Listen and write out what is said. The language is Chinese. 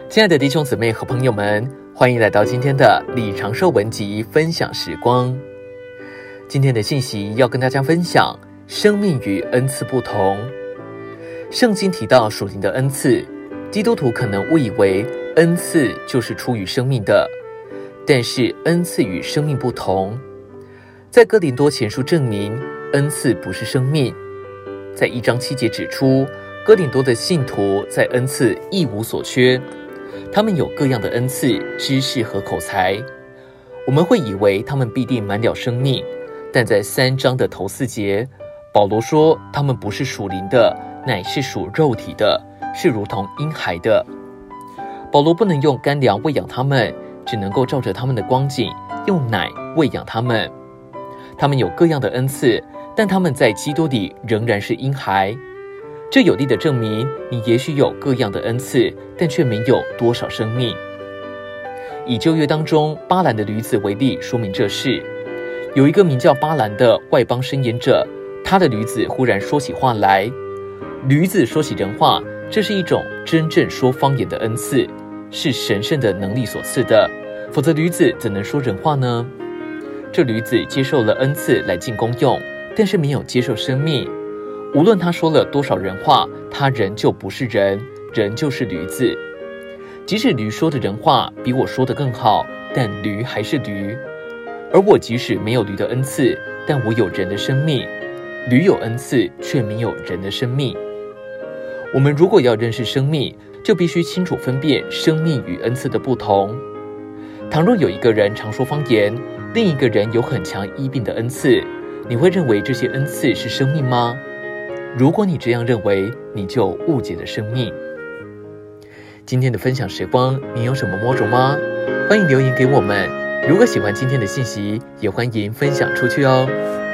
亲爱的弟兄姊妹和朋友们，欢迎来到今天的李长寿文集分享时光。今天的信息要跟大家分享生命与恩赐不同。圣经提到属灵的恩赐，基督徒可能误以为恩赐就是出于生命的，但是恩赐与生命不同。在哥林多前书证明恩赐不是生命，在1章7节指出哥林多的信徒在恩赐一无所缺，他们有各样的恩赐、知识和口才。我们会以为他们必定满了生命，但在3章的头4节，保罗说他们不是属灵的，乃是属肉体的，是如同婴孩的。保罗不能用干粮喂养他们，只能够照着他们的光景，用奶喂养他们。他们有各样的恩赐，但他们在基督里仍然是婴孩。这有力的证明，你也许有各样的恩赐，但却没有多少生命。以旧约当中巴兰的驴子为例，说明这事。有一个名叫巴兰的外邦申言者，他的驴子忽然说起话来。驴子说起人话，这是一种真正说方言的恩赐，是神圣的能力所赐的，否则驴子怎能说人话呢？这驴子接受了恩赐来尽功用，但是没有接受生命。无论他说了多少人话，他仍旧不是人，仍旧是驴子。即使驴说的人话比我说的更好，但驴还是驴。而我即使没有驴的恩赐，但我有人的生命。驴有恩赐，却没有人的生命。我们如果要认识生命，就必须清楚分辨生命与恩赐的不同。倘若有一个人常说方言，另一个人有很强医病的恩赐，你会认为这些恩赐是生命吗？如果你这样认为，你就误解了生命。今天的分享时光，你有什么摸着吗？欢迎留言给我们。如果喜欢今天的信息，也欢迎分享出去哦。